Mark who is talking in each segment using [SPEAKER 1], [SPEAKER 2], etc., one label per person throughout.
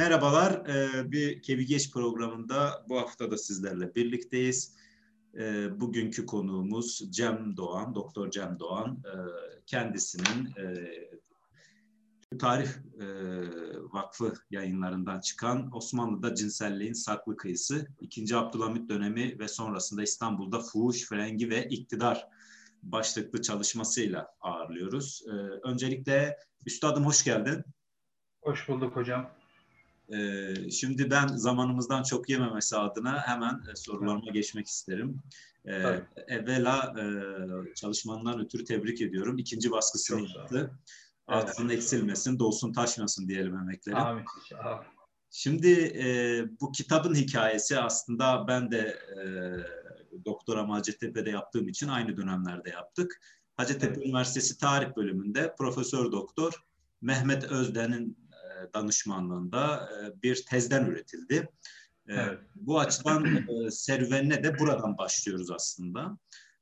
[SPEAKER 1] Merhabalar, bir Kebi Geç programında bu hafta da sizlerle birlikteyiz. Bugünkü konuğumuz Cem Doğan, Doktor Cem Doğan. Kendisinin Türk Tarih Vakfı yayınlarından çıkan Osmanlı'da Cinselliğin Saklı Kıyısı, 2. Abdülhamit dönemi ve sonrasında İstanbul'da Fuhuş, Frengi ve İktidar başlıklı çalışmasıyla ağırlıyoruz. Öncelikle Üstadım hoş geldin.
[SPEAKER 2] Hoş bulduk hocam.
[SPEAKER 1] Şimdi ben zamanımızdan çok yememesi adına hemen sorularıma geçmek isterim. Evvela çalışmandan ötürü tebrik ediyorum. 2. baskısını yaptı. Altın eksilmesin, dolsun taşmasın diyelim emeklerim.
[SPEAKER 2] Amin.
[SPEAKER 1] Şimdi bu kitabın hikayesi aslında ben de doktoramı Hacettepe'de yaptığım için aynı dönemlerde yaptık. Hacettepe Üniversitesi Tarih Bölümünde Profesör Doktor Mehmet Özden'in danışmanlığında bir tezden üretildi. Bu açıdan serüvenine de buradan başlıyoruz aslında.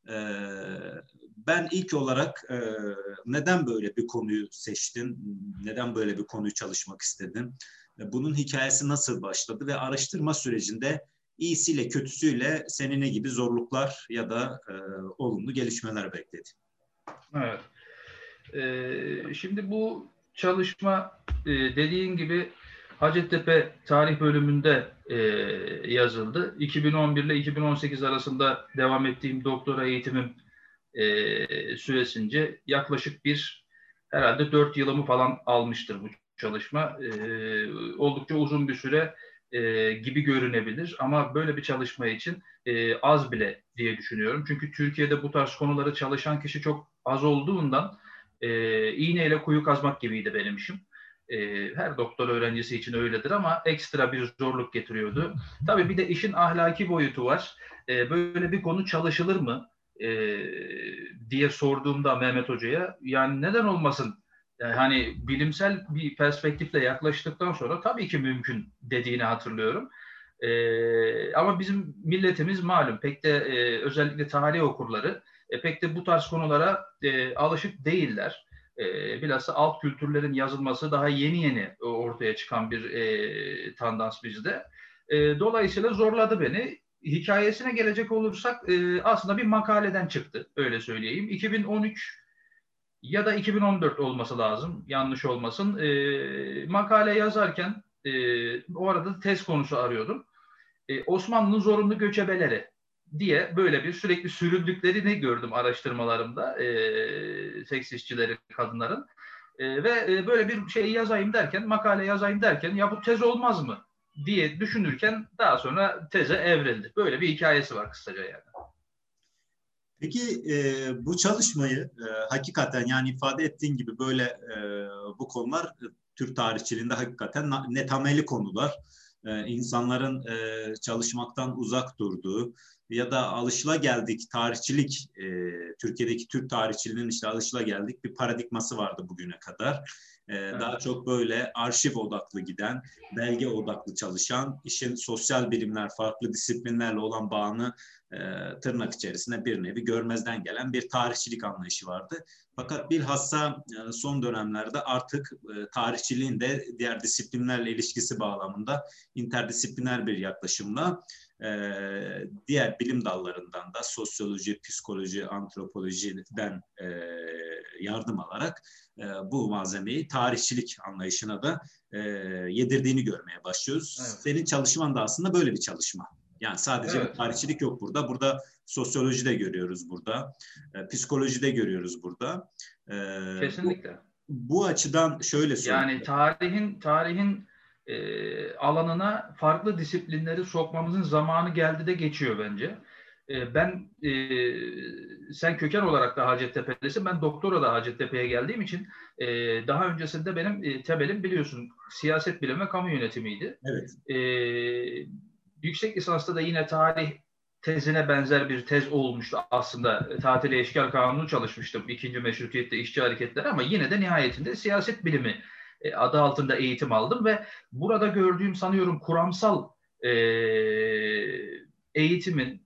[SPEAKER 1] Ben ilk olarak neden böyle bir konuyu seçtin? Neden böyle bir konuyu çalışmak istedin? Bunun hikayesi nasıl başladı ve araştırma sürecinde iyisiyle kötüsüyle seni ne gibi zorluklar ya da olumlu gelişmeler bekledi?
[SPEAKER 2] Evet. Şimdi bu çalışma dediğin gibi Hacettepe Tarih Bölümünde yazıldı. 2011 ile 2018 arasında devam ettiğim doktora eğitimim süresince yaklaşık herhalde 4 yılımı falan almıştır bu çalışma. Oldukça uzun bir süre gibi görünebilir ama böyle bir çalışma için az bile diye düşünüyorum. Çünkü Türkiye'de bu tarz konuları çalışan kişi çok az olduğundan iğneyle kuyu kazmak gibiydi benim işim. Her doktor öğrencisi için öyledir ama ekstra bir zorluk getiriyordu. Tabii bir de işin ahlaki boyutu var. Böyle bir konu çalışılır mı diye sorduğumda Mehmet Hoca'ya, yani neden olmasın? Yani hani bilimsel bir perspektifle yaklaştıktan sonra tabii ki mümkün dediğini hatırlıyorum. Ama bizim milletimiz malum pek de özellikle tarih okurları pek de bu tarz konulara alışık değiller. Bilhassa alt kültürlerin yazılması daha yeni ortaya çıkan bir tendans bizde. Dolayısıyla zorladı beni. Hikayesine gelecek olursak aslında bir makaleden çıktı, öyle söyleyeyim. 2013 ya da 2014 olması lazım, yanlış olmasın. Makale yazarken o arada tez konusu arıyordum. Osmanlı'nın zorunlu göçebeleri diye böyle bir sürekli sürüldüklerini gördüm araştırmalarımda, seks işçileri, kadınların. Ve böyle bir şey yazayım derken, makale yazayım derken ya bu tez olmaz mı diye düşünürken daha sonra teze evrildi. Böyle bir hikayesi var kısaca yani.
[SPEAKER 1] Peki bu çalışmayı hakikaten yani ifade ettiğin gibi böyle bu konular Türk tarihçiliğinde hakikaten netameli konular. İnsanların çalışmaktan uzak durduğu ya da alışılageldik tarihçilik, Türkiye'deki Türk tarihçiliğinin işte alışılageldik bir paradigması vardı bugüne kadar. Daha çok böyle arşiv odaklı giden, belge odaklı çalışan, işin sosyal bilimler, farklı disiplinlerle olan bağını tırnak içerisinde bir nevi görmezden gelen bir tarihçilik anlayışı vardı. Fakat bilhassa son dönemlerde artık tarihçiliğin de diğer disiplinlerle ilişkisi bağlamında interdisipliner bir yaklaşımla diğer bilim dallarından da sosyoloji, psikoloji, antropolojiden yardım alarak bu malzemeyi tarihçilik anlayışına da yedirdiğini görmeye başlıyoruz. Evet. Senin çalışman da aslında böyle bir çalışma. Yani sadece bir tarihçilik yok burada. Burada sosyoloji de görüyoruz burada. Psikoloji de görüyoruz burada.
[SPEAKER 2] Kesinlikle.
[SPEAKER 1] Bu açıdan şöyle söyleyeyim.
[SPEAKER 2] Yani tarihin alanına farklı disiplinleri sokmamızın zamanı geldi de geçiyor bence. Sen köken olarak da Hacettepe'lisin. Ben doktora da Hacettepe'ye geldiğim için daha öncesinde benim temelim biliyorsun siyaset bilimi ve kamu yönetimiydi.
[SPEAKER 1] Evet.
[SPEAKER 2] Yüksek lisansta da yine tarih tezine benzer bir tez olmuştu aslında. Tatile eşkal kanunu çalışmıştım. 2. Meşrutiyet'te işçi hareketleri ama yine de nihayetinde siyaset bilimi adı altında eğitim aldım ve burada gördüğüm sanıyorum kuramsal eğitimin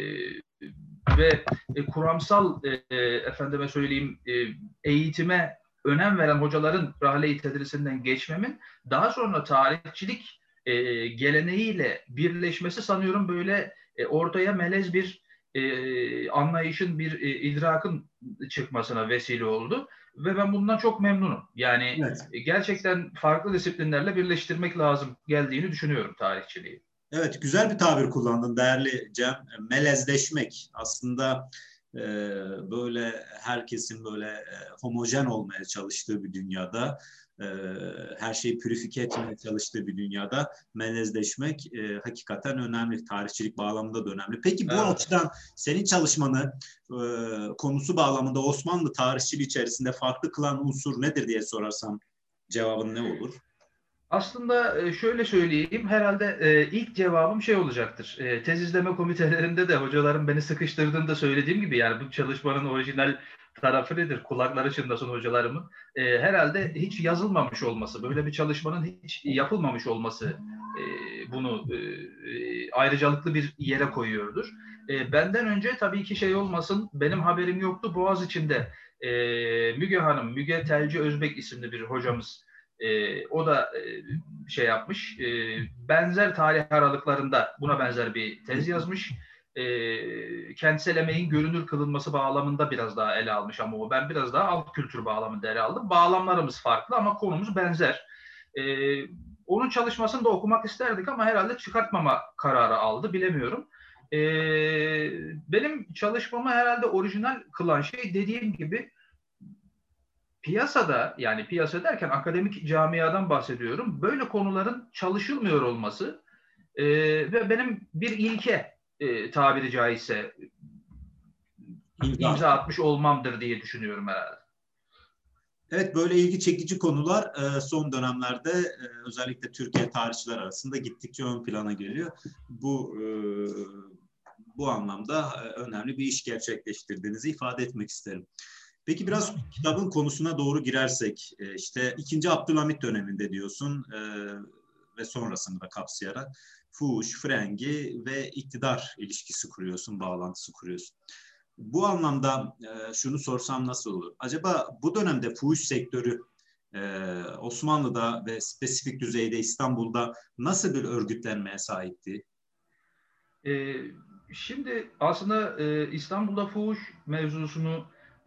[SPEAKER 2] ve kuramsal efendime söyleyeyim eğitime önem veren hocaların rahle-i tedrisinden geçmemin daha sonra tarihçilik geleneğiyle birleşmesi sanıyorum böyle ortaya melez bir anlayışın, bir idrakın çıkmasına vesile oldu. Ve ben bundan çok memnunum. Yani
[SPEAKER 1] Evet.
[SPEAKER 2] gerçekten farklı disiplinlerle birleştirmek lazım geldiğini düşünüyorum tarihçiliği.
[SPEAKER 1] Evet, güzel bir tabir kullandın değerli Cem. Melezleşmek aslında böyle herkesin böyle homojen olmaya çalıştığı bir dünyada, e, her şeyi pürifike etmeye çalıştığı bir dünyada melezleşmek hakikaten önemli. Tarihçilik bağlamında da önemli. Peki bu
[SPEAKER 2] Evet.
[SPEAKER 1] açıdan senin çalışmanı konusu bağlamında Osmanlı tarihçiliği içerisinde farklı kılan unsur nedir diye sorarsam cevabın ne olur?
[SPEAKER 2] Aslında şöyle söyleyeyim, herhalde ilk cevabım şey olacaktır. Tez izleme komitelerinde de hocalarım beni sıkıştırdığında söylediğim gibi, yani bu çalışmanın orijinal tarafı nedir? Kulakları çınlasın hocalarımın. Herhalde hiç yazılmamış olması, böyle bir çalışmanın hiç yapılmamış olması bunu ayrıcalıklı bir yere koyuyordur. Benden önce tabii ki şey olmasın, benim haberim yoktu. Boğaziçi'nde Müge Hanım, Müge Telci Özbek isimli bir hocamız, o da şey yapmış, benzer tarih aralıklarında buna benzer bir tez yazmış. Kentsel emeğin görünür kılınması bağlamında biraz daha ele almış ama o, ben biraz daha alt kültür bağlamında ele aldım. Bağlamlarımız farklı ama konumuz benzer. E, Onun çalışmasını da okumak isterdik ama herhalde çıkartmama kararı aldı, bilemiyorum. Benim çalışmamı herhalde orijinal kılan şey, dediğim gibi, piyasada, yani piyasa derken akademik camiadan bahsediyorum, böyle konuların çalışılmıyor olması ve benim bir ilke, tabiri caizse,
[SPEAKER 1] İmza.
[SPEAKER 2] imza atmış olmamdır diye düşünüyorum herhalde.
[SPEAKER 1] Evet, böyle ilgi çekici konular son dönemlerde özellikle Türkiye tarihçiler arasında gittikçe ön plana geliyor. Bu anlamda önemli bir iş gerçekleştirdiğinizi ifade etmek isterim. Peki biraz kitabın konusuna doğru girersek, işte 2. Abdülhamit döneminde diyorsun ve sonrasını da kapsayarak fuhuş, frengi ve iktidar ilişkisi kuruyorsun, bağlantısı kuruyorsun. Bu anlamda şunu sorsam nasıl olur? Acaba bu dönemde fuhuş sektörü Osmanlı'da ve spesifik düzeyde İstanbul'da nasıl bir örgütlenmeye sahipti?
[SPEAKER 2] E, Şimdi aslında İstanbul'da fuhuş mevzusunu,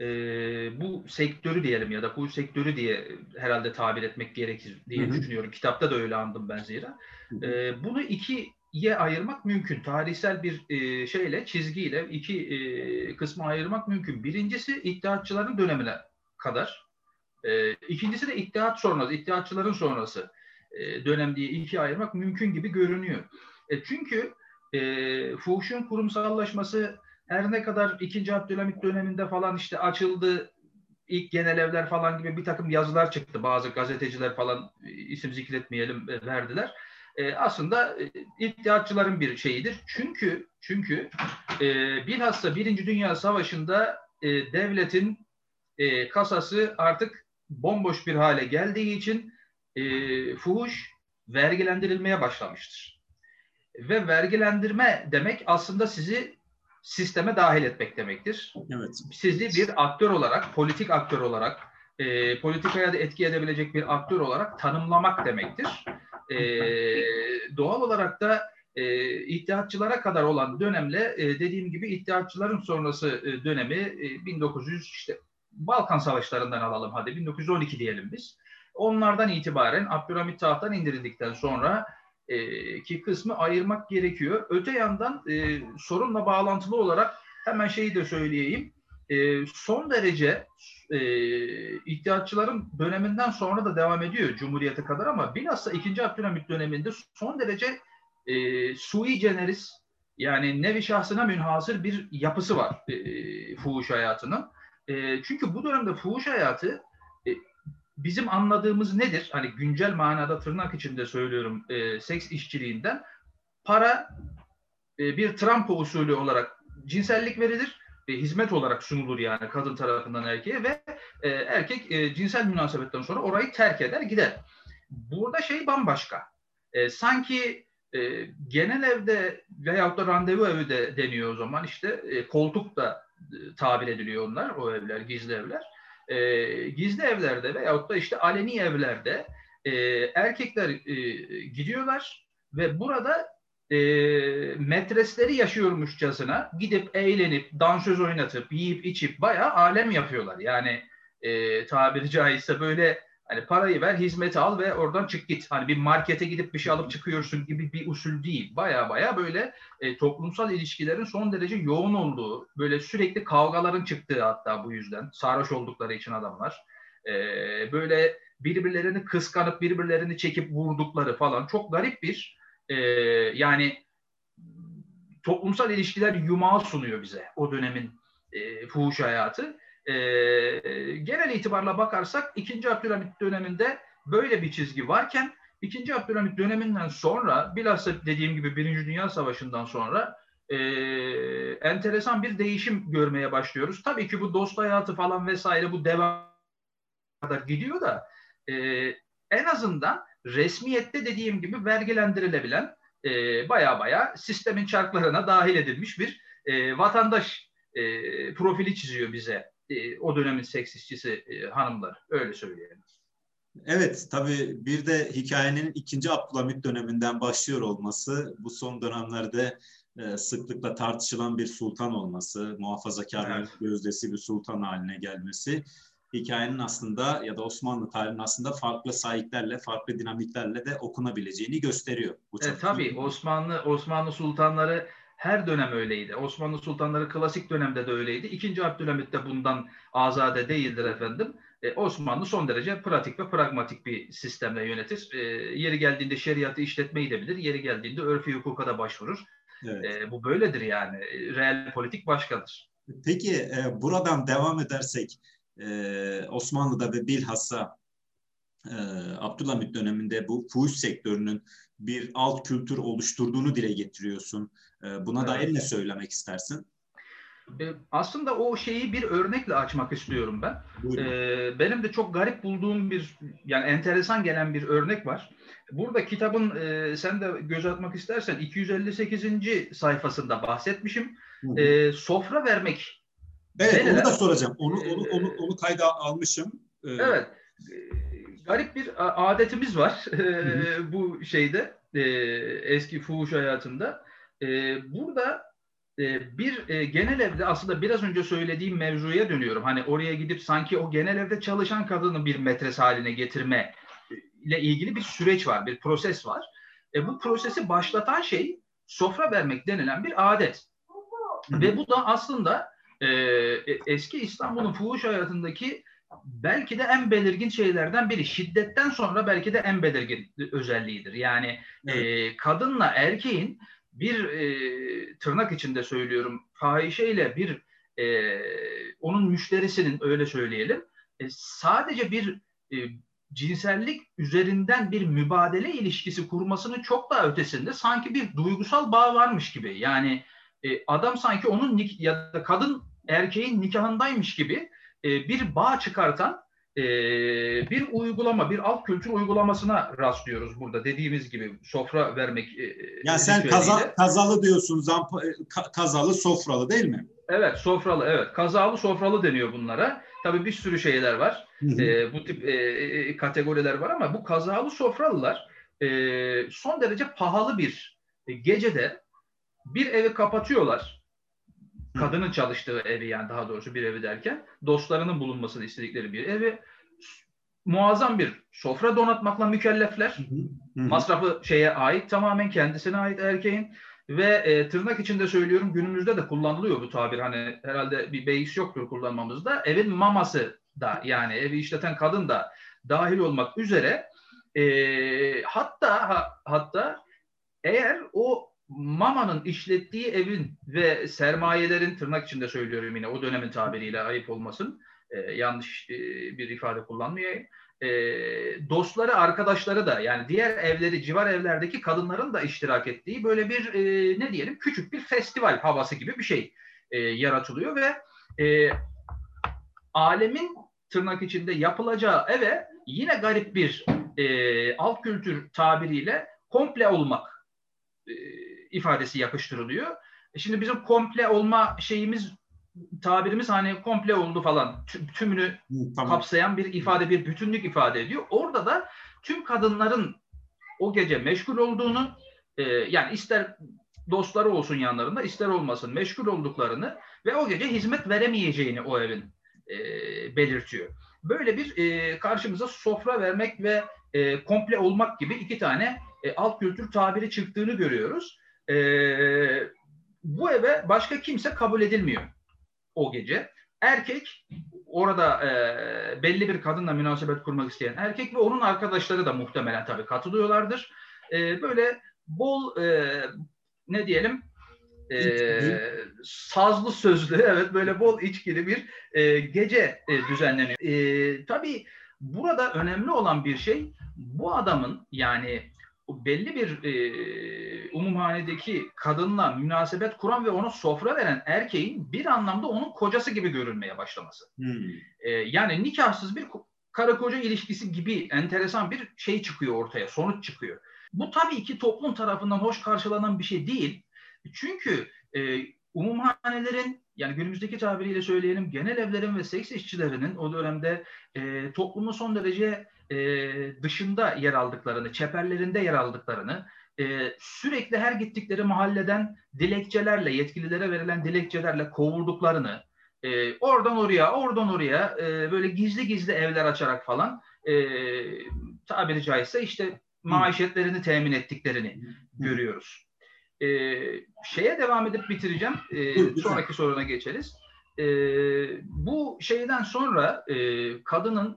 [SPEAKER 2] bu sektörü diyelim ya da fuhuş sektörü diye herhalde tabir etmek gerekir
[SPEAKER 1] Hı
[SPEAKER 2] diye
[SPEAKER 1] hı.
[SPEAKER 2] düşünüyorum. Kitapta da öyle andım ben zira.
[SPEAKER 1] Hı hı.
[SPEAKER 2] Bunu ikiye ayırmak mümkün. Tarihsel bir şeyle, çizgiyle iki kısma ayırmak mümkün. Birincisi İttihatçıların dönemine kadar. İkincisi de İttihat sonrası, İttihatçıların sonrası dönem diye ikiye ayırmak mümkün gibi görünüyor. Çünkü fuhuşun kurumsallaşması her ne kadar 2. Abdülhamit döneminde falan işte açıldı, ilk genel evler falan gibi bir takım yazılar çıktı. Bazı gazeteciler falan, isim zikretmeyelim, verdiler. Aslında İttihatçıların bir şeyidir. Çünkü bilhassa Birinci Dünya Savaşı'nda devletin kasası artık bomboş bir hale geldiği için fuhuş vergilendirilmeye başlamıştır. Ve vergilendirme demek aslında sizi sisteme dahil etmek demektir.
[SPEAKER 1] Evet.
[SPEAKER 2] Sizi bir aktör olarak, politik aktör olarak, politikaya da etki edebilecek bir aktör olarak tanımlamak demektir. Doğal olarak da İttihatçılara kadar olan dönemle, dediğim gibi İttihatçıların sonrası dönemi 1900, işte Balkan Savaşlarından alalım, hadi 1912 diyelim biz. Onlardan itibaren Abdülhamit tahttan indirildikten sonra ki kısmı ayırmak gerekiyor. Öte yandan sorunla bağlantılı olarak hemen şeyi de söyleyeyim. Son derece İttihatçıların döneminden sonra da devam ediyor Cumhuriyete kadar ama bilhassa 2. Abdülhamit döneminde son derece sui generis, yani nevi şahsına münhasır bir yapısı var fuhuş hayatının. Çünkü bu dönemde fuhuş hayatı bizim anladığımız nedir? Hani güncel manada tırnak içinde söylüyorum, seks işçiliğinden para bir trampo usulü olarak cinsellik verilir. Hizmet olarak sunulur yani kadın tarafından erkeğe ve erkek cinsel münasebetten sonra orayı terk eder gider. Burada şey bambaşka. Sanki genel evde veyahut da randevu evi de deniyor o zaman, işte koltuk da tabir ediliyor onlar, o evler, gizli evler. Gizli evlerde veyahut da işte aleni evlerde erkekler gidiyorlar ve burada metresleri yaşıyormuşçasına gidip eğlenip, dansöz oynatıp, yiyip içip bayağı alem yapıyorlar. Yani tabiri caizse böyle hani parayı ver, hizmeti al ve oradan çık git. Hani bir markete gidip bir şey alıp çıkıyorsun gibi bir usul değil. Baya böyle toplumsal ilişkilerin son derece yoğun olduğu, böyle sürekli kavgaların çıktığı, hatta bu yüzden sarhoş oldukları için adamlar. Böyle birbirlerini kıskanıp birbirlerini çekip vurdukları falan çok garip bir yani toplumsal ilişkiler yumağı sunuyor bize o dönemin fuhuş hayatı. Genel itibarla bakarsak 2. Abdülhamit döneminde böyle bir çizgi varken 2. Abdülhamit döneminden sonra bilhassa dediğim gibi 1. Dünya Savaşı'ndan sonra enteresan bir değişim görmeye başlıyoruz. Tabii ki bu dost hayatı falan vesaire bu devam kadar gidiyor da en azından resmiyette dediğim gibi vergilendirilebilen baya sistemin çarklarına dahil edilmiş bir vatandaş profili çiziyor bize o dönemin seksistçisi hanımlar. Öyle söyleyelim.
[SPEAKER 1] Evet, tabii bir de hikayenin 2. Abdülhamit döneminden başlıyor olması, bu son dönemlerde sıklıkla tartışılan bir sultan olması, muhafazakarların
[SPEAKER 2] Evet.
[SPEAKER 1] gözdesi bir sultan haline gelmesi, hikayenin aslında ya da Osmanlı tarihinin aslında farklı sahiplerle, farklı dinamiklerle de okunabileceğini gösteriyor bu çalışma.
[SPEAKER 2] Tabii Osmanlı sultanları her dönem öyleydi. Osmanlı sultanları klasik dönemde de öyleydi. 2. Abdülhamit de bundan azade değildir efendim. Osmanlı son derece pratik ve pragmatik bir sistemle yönetir. Yeri geldiğinde şeriatı işletmeyi de bilir. Yeri geldiğinde örfi hukuka da başvurur. Evet. Bu böyledir yani. Real politik başkadır.
[SPEAKER 1] Peki buradan devam edersek Osmanlı'da ve bilhassa Abdülhamit döneminde bu fuhuş sektörünün bir alt kültür oluşturduğunu dile getiriyorsun. Buna dair ne söylemek istersin?
[SPEAKER 2] Aslında o şeyi bir örnekle açmak istiyorum ben. Benim de çok garip bulduğum bir, yani enteresan gelen bir örnek var. Burada kitabın sen de göz atmak istersen 258. sayfasında bahsetmişim. Sofra vermek.
[SPEAKER 1] Evet,
[SPEAKER 2] denilen,
[SPEAKER 1] onu da soracağım. Onu kayda almışım.
[SPEAKER 2] Evet. Garip bir adetimiz var bu şeyde eski fuhuş hayatında. Burada bir genel evde aslında biraz önce söylediğim mevzuya dönüyorum. Hani oraya gidip sanki o genel evde çalışan kadını bir metres haline getirme ile ilgili bir süreç var, bir proses var. Bu prosesi başlatan şey sofra vermek denilen bir adet. Ve bu da aslında eski İstanbul'un fuhuş hayatındaki belki de en belirgin şeylerden biri. Şiddetten sonra belki de en belirgin özelliğidir. Yani evet. Kadınla erkeğin bir tırnak içinde söylüyorum fahişeyle bir onun müşterisinin öyle söyleyelim sadece bir cinsellik üzerinden bir mübadele ilişkisi kurmasının çok daha ötesinde sanki bir duygusal bağ varmış gibi. Yani adam sanki onun ya da kadın erkeğin nikahındaymış gibi bir bağ çıkartan bir uygulama, bir alt kültür uygulamasına rastlıyoruz burada. Dediğimiz gibi sofra vermek
[SPEAKER 1] yani sen kazalı diyorsun, kazalı sofralı değil mi?
[SPEAKER 2] Evet, sofralı, evet. Kazalı sofralı deniyor bunlara. Tabii bir sürü şeyler var. Bu tip kategoriler var ama bu kazalı sofralılar son derece pahalı bir gecede bir evi kapatıyorlar. Kadının çalıştığı evi, yani daha doğrusu bir evi derken dostlarının bulunmasını istedikleri bir evi muazzam bir sofra donatmakla mükellefler. Masrafı şeye ait, tamamen kendisine ait erkeğin ve tırnak içinde söylüyorum günümüzde de kullanılıyor bu tabir. Hani herhalde bir beis yoktur kullanmamızda. Evin maması da yani evi işleten kadın da dahil olmak üzere hatta eğer o mamanın işlettiği evin ve sermayelerin tırnak içinde söylüyorum yine o dönemin tabiriyle ayıp olmasın yanlış bir ifade kullanmayayım. Dostları, arkadaşları da yani diğer evleri, civar evlerdeki kadınların da iştirak ettiği böyle bir ne diyelim küçük bir festival havası gibi bir şey yaratılıyor ve alemin tırnak içinde yapılacağı eve yine garip bir alt kültür tabiriyle komple olmak ifadesi yakıştırılıyor. Şimdi bizim komple olma şeyimiz tabirimiz hani komple oldu falan, tümünü
[SPEAKER 1] Tamam.
[SPEAKER 2] kapsayan bir ifade, bir bütünlük ifade ediyor. Orada da tüm kadınların o gece meşgul olduğunu, yani ister dostları olsun yanlarında, ister olmasın meşgul olduklarını ve o gece hizmet veremeyeceğini o evin belirtiyor. Böyle bir karşımıza sofra vermek ve komple olmak gibi iki tane alt kültür tabiri çıktığını görüyoruz. Bu eve başka kimse kabul edilmiyor o gece. Erkek, orada belli bir kadınla münasebet kurmak isteyen erkek ve onun arkadaşları da muhtemelen tabii katılıyorlardır. Böyle bol ne diyelim, sazlı sözlü, evet, böyle bol içkili bir gece düzenleniyor. Tabii burada önemli olan bir şey, bu adamın, yani belli bir umumhanedeki kadınla münasebet kuran ve ona sofra veren erkeğin bir anlamda onun kocası gibi görülmeye başlaması. Yani nikahsız bir karı koca ilişkisi gibi enteresan bir şey çıkıyor ortaya, sonuç çıkıyor. Bu tabii ki toplum tarafından hoş karşılanan bir şey değil. Çünkü umumhanelerin, yani günümüzdeki tabiriyle söyleyelim, genel evlerin ve seks işçilerinin o dönemde toplumun son derece dışında yer aldıklarını, çeperlerinde yer aldıklarını, sürekli her gittikleri mahalleden dilekçelerle, yetkililere verilen dilekçelerle kovulduklarını, oradan oraya böyle gizli gizli evler açarak falan tabiri caizse işte maişetlerini temin ettiklerini görüyoruz. Şeye devam edip bitireceğim. Sonraki soruna geçeriz. Bu şeyden sonra kadının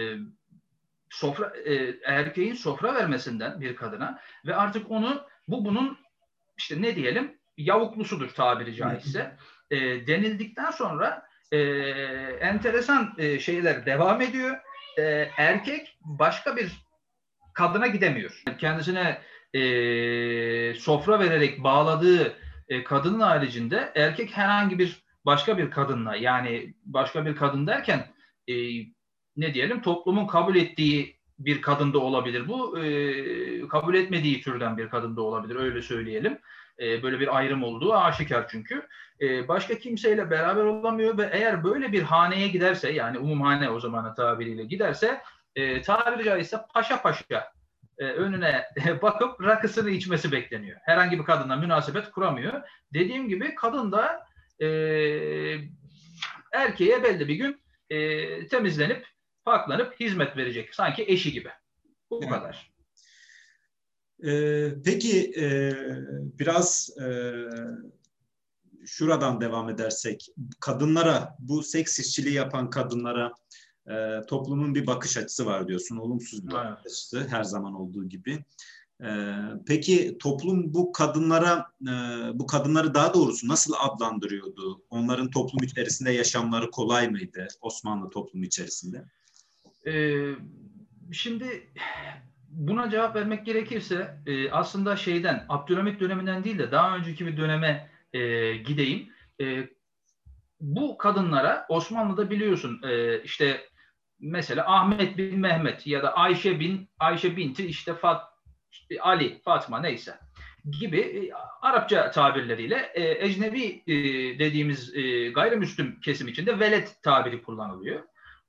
[SPEAKER 2] erkeğin sofra vermesinden bir kadına ve artık bunun işte ne diyelim yavuklusudur tabiri caizse denildikten sonra enteresan şeyler devam ediyor. Erkek başka bir kadına gidemiyor. Kendisine sofra vererek bağladığı kadının haricinde erkek herhangi bir başka bir kadınla, yani başka bir kadın derken ne diyelim, toplumun kabul ettiği bir kadın da olabilir bu. Kabul etmediği türden bir kadın da olabilir, öyle söyleyelim. Böyle bir ayrım olduğu aşikar çünkü. Başka kimseyle beraber olamıyor ve eğer böyle bir haneye giderse, yani umumhane o zamanın tabiriyle giderse, tabiri caizse paşa paşa önüne bakıp rakısını içmesi bekleniyor. Herhangi bir kadınla münasebet kuramıyor. Dediğim gibi kadın da erkeğe belli bir gün temizlenip, paklanıp hizmet verecek. Sanki eşi gibi. Bu kadar.
[SPEAKER 1] Peki biraz şuradan devam edersek, kadınlara, bu seks işçiliği yapan kadınlara toplumun bir bakış açısı var diyorsun. Olumsuz bir bakış açısı, her zaman olduğu gibi. Peki toplum bu kadınları daha doğrusu nasıl adlandırıyordu? Onların toplum içerisinde yaşamları kolay mıydı Osmanlı toplumu içerisinde?
[SPEAKER 2] Şimdi buna cevap vermek gerekirse aslında Abdülhamit döneminden değil de daha önceki bir döneme gideyim. Bu kadınlara Osmanlı'da biliyorsun işte mesela Ahmet bin Mehmet ya da Ayşe binti işte Ali, Fatma neyse gibi Arapça tabirleriyle ecnebi dediğimiz gayrimüslim kesim içinde velet tabiri kullanılıyor.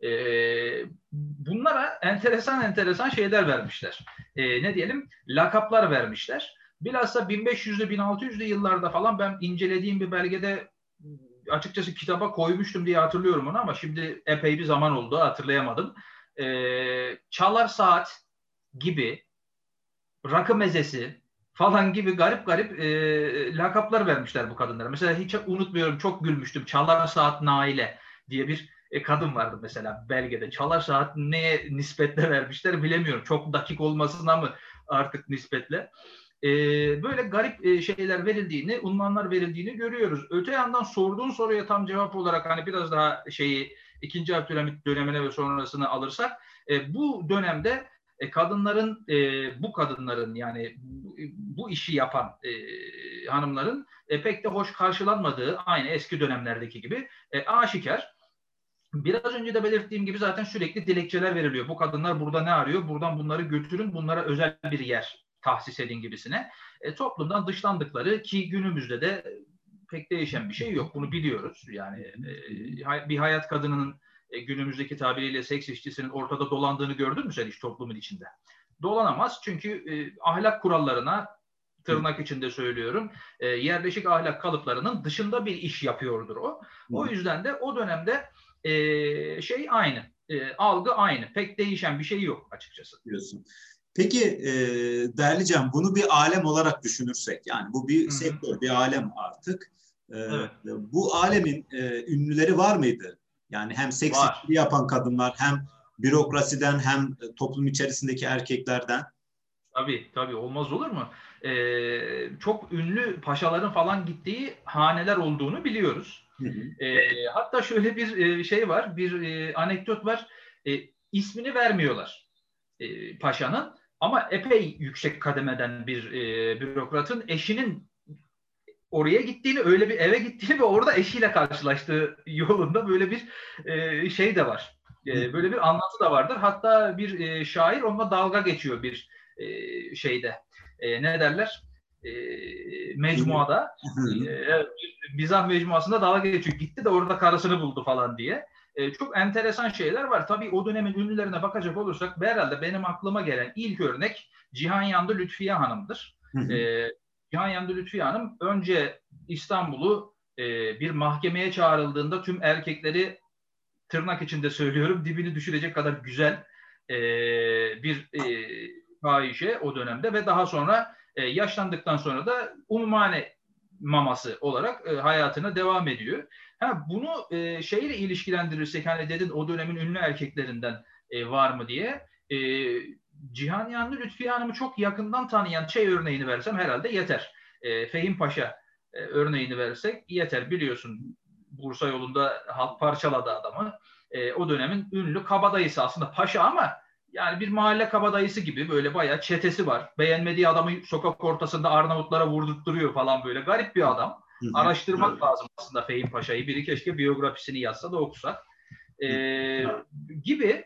[SPEAKER 2] Bunlara enteresan şeyler vermişler. Ne diyelim? Lakaplar vermişler. Bilhassa 1500'lü 1600'lü yıllarda falan ben incelediğim bir belgede açıkçası kitaba koymuştum diye hatırlıyorum onu ama şimdi epey bir zaman oldu, hatırlayamadım. Çalar saat gibi, rakı mezesi falan gibi garip lakaplar vermişler bu kadınlara. Mesela hiç unutmuyorum, çok gülmüştüm. Çalar saat Naile diye bir kadın vardı mesela belgede. Çalar saat neye nispetle vermişler bilemiyorum. Çok dakik olmasına mı artık nispetle. Böyle garip şeyler verildiğini, unvanlar verildiğini görüyoruz. Öte yandan sorduğun soruya tam cevap olarak hani biraz daha 2. Abdülhamit dönemine ve sonrasını alırsak bu dönemde bu kadınların yani bu işi yapan hanımların pek de hoş karşılanmadığı, aynı eski dönemlerdeki gibi aşikar. Biraz önce de belirttiğim gibi zaten sürekli dilekçeler veriliyor. Bu kadınlar burada ne arıyor? Buradan bunları götürün, bunlara özel bir yer tahsis edin gibisine. Toplumdan dışlandıkları, ki günümüzde de pek değişen bir şey yok. Bunu biliyoruz. Yani bir hayat kadınının günümüzdeki tabiriyle seks işçisinin ortada dolandığını gördün mü sen hiç toplumun içinde? Dolanamaz çünkü ahlak kurallarına, tırnak içinde söylüyorum, yerleşik ahlak kalıplarının dışında bir iş yapıyordur o. O yüzden de o dönemde şey aynı, algı aynı. Pek değişen bir şey yok açıkçası.
[SPEAKER 1] Diyorsun. Peki değerli Can, bunu bir alem olarak düşünürsek, yani bu bir sektör, bir alem artık.
[SPEAKER 2] Evet.
[SPEAKER 1] Bu alemin ünlüleri var mıydı? Yani hem seks işçiliği yapan kadınlar, hem bürokrasiden, hem toplum içerisindeki erkeklerden.
[SPEAKER 2] Tabii olmaz olur mu? Çok ünlü paşaların falan gittiği haneler olduğunu biliyoruz. Hatta şöyle bir şey var, bir anekdot var. İsmini vermiyorlar paşanın, ama epey yüksek kademeden bir bürokratın eşinin oraya gittiğini, öyle bir eve gittiğini ve orada eşiyle karşılaştığı yolunda böyle bir şey de var. Böyle bir anlatı da vardır. Hatta bir şair onunla dalga geçiyor bir şeyde. Ne derler? Mecmuada. Bizans mecmuasında dalga geçiyor. Gitti de orada karısını buldu falan diye. Çok enteresan şeyler var. Tabii o dönemin ünlülerine bakacak olursak herhalde benim aklıma gelen ilk örnek Cihanyandı Lütfiye Hanım'dır. Cihanyandı Lütfiye Hanım önce İstanbul'u bir mahkemeye çağrıldığında tüm erkekleri, tırnak içinde söylüyorum, dibini düşürecek kadar güzel bir fahişe o dönemde ve daha sonra yaşlandıktan sonra da umumhane maması olarak hayatına devam ediyor. Bunu şeyle ilişkilendirirsek, hani dedin o dönemin ünlü erkeklerinden var mı diye. Cihanyanlı Lütfiye Hanım'ı çok yakından tanıyan şey örneğini versem herhalde yeter. Fehim Paşa örneğini versek yeter. Biliyorsun, Bursa yolunda halk parçaladı adamı. O dönemin ünlü kabadayısı, aslında paşa ama yani bir mahalle kabadayısı gibi, böyle bayağı çetesi var. Beğenmediği adamı sokak ortasında Arnavutlara vurdurtturuyor falan, böyle garip bir adam. Araştırmak lazım aslında Fehim Paşa'yı. Biri keşke biyografisini yazsa da okusak. Gibi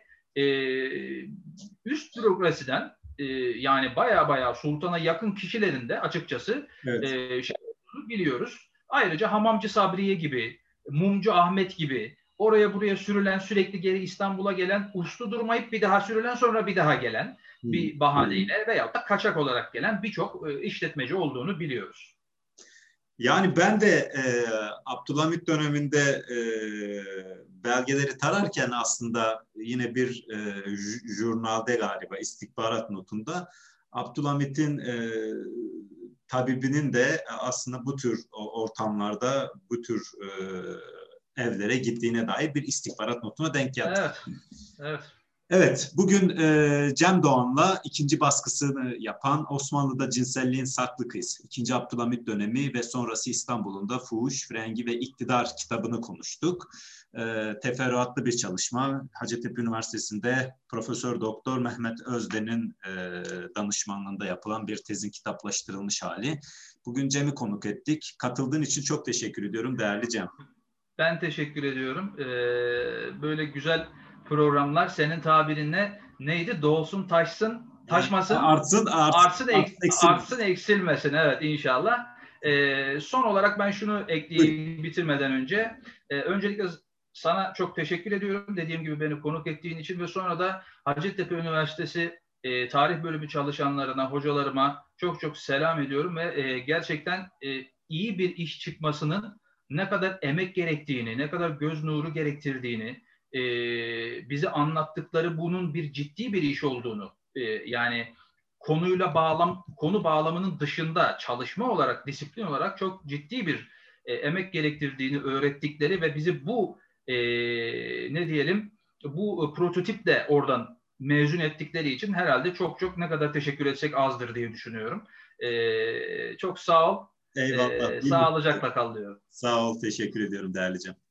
[SPEAKER 2] üst bürokrasiden yani baya sultana yakın kişilerin de açıkçası şey olduğunu biliyoruz. Ayrıca Hamamcı Sabriye gibi, Mumcu Ahmet gibi oraya buraya sürülen, sürekli geri İstanbul'a gelen, uslu durmayıp bir daha sürülen, sonra bir daha gelen bir bahaneyle veyahut da kaçak olarak gelen birçok işletmeci olduğunu biliyoruz.
[SPEAKER 1] Yani ben de Abdülhamit döneminde belgeleri tararken aslında yine bir jurnalde, galiba istihbarat notunda, Abdülhamit'in tabibinin de aslında bu tür ortamlarda, bu tür evlere gittiğine dair bir istihbarat notuna denk geldi.
[SPEAKER 2] Evet.
[SPEAKER 1] Evet, bugün Cem Doğan'la ikinci baskısını yapan Osmanlı'da Cinselliğin Saklı Kız, 2. Abdülhamit dönemi ve sonrası İstanbul'un da Fuhuş, Frengi ve İktidar kitabını konuştuk. Teferruatlı bir çalışma. Hacettepe Üniversitesi'nde Profesör Doktor Mehmet Özden'in danışmanlığında yapılan bir tezin kitaplaştırılmış hali. Bugün Cem'i konuk ettik. Katıldığın için çok teşekkür ediyorum değerli Cem.
[SPEAKER 2] Ben teşekkür ediyorum. Böyle güzel programlar, senin tabirinle neydi? Doğulsun, taşsın, taşmasın, artsın, eksilmesin. Evet, inşallah. Son olarak ben şunu ekleyeyim bitirmeden önce. Öncelikle sana çok teşekkür ediyorum. Dediğim gibi beni konuk ettiğin için ve sonra da Hacettepe Üniversitesi tarih bölümü çalışanlarına, hocalarıma çok selam ediyorum ve gerçekten iyi bir iş çıkmasının ne kadar emek gerektiğini, ne kadar göz nuru gerektirdiğini, bize anlattıkları bunun ciddi bir iş olduğunu, yani konu bağlamının dışında çalışma olarak, disiplin olarak çok ciddi bir emek gerektirdiğini öğrettikleri ve bizi bu bu prototiple oradan mezun ettikleri için herhalde çok ne kadar teşekkür etsek azdır diye düşünüyorum. Çok sağ ol.
[SPEAKER 1] Eyvallah.
[SPEAKER 2] Sağlıcakla kal diyorum.
[SPEAKER 1] Sağ ol, teşekkür ediyorum değerli Cem.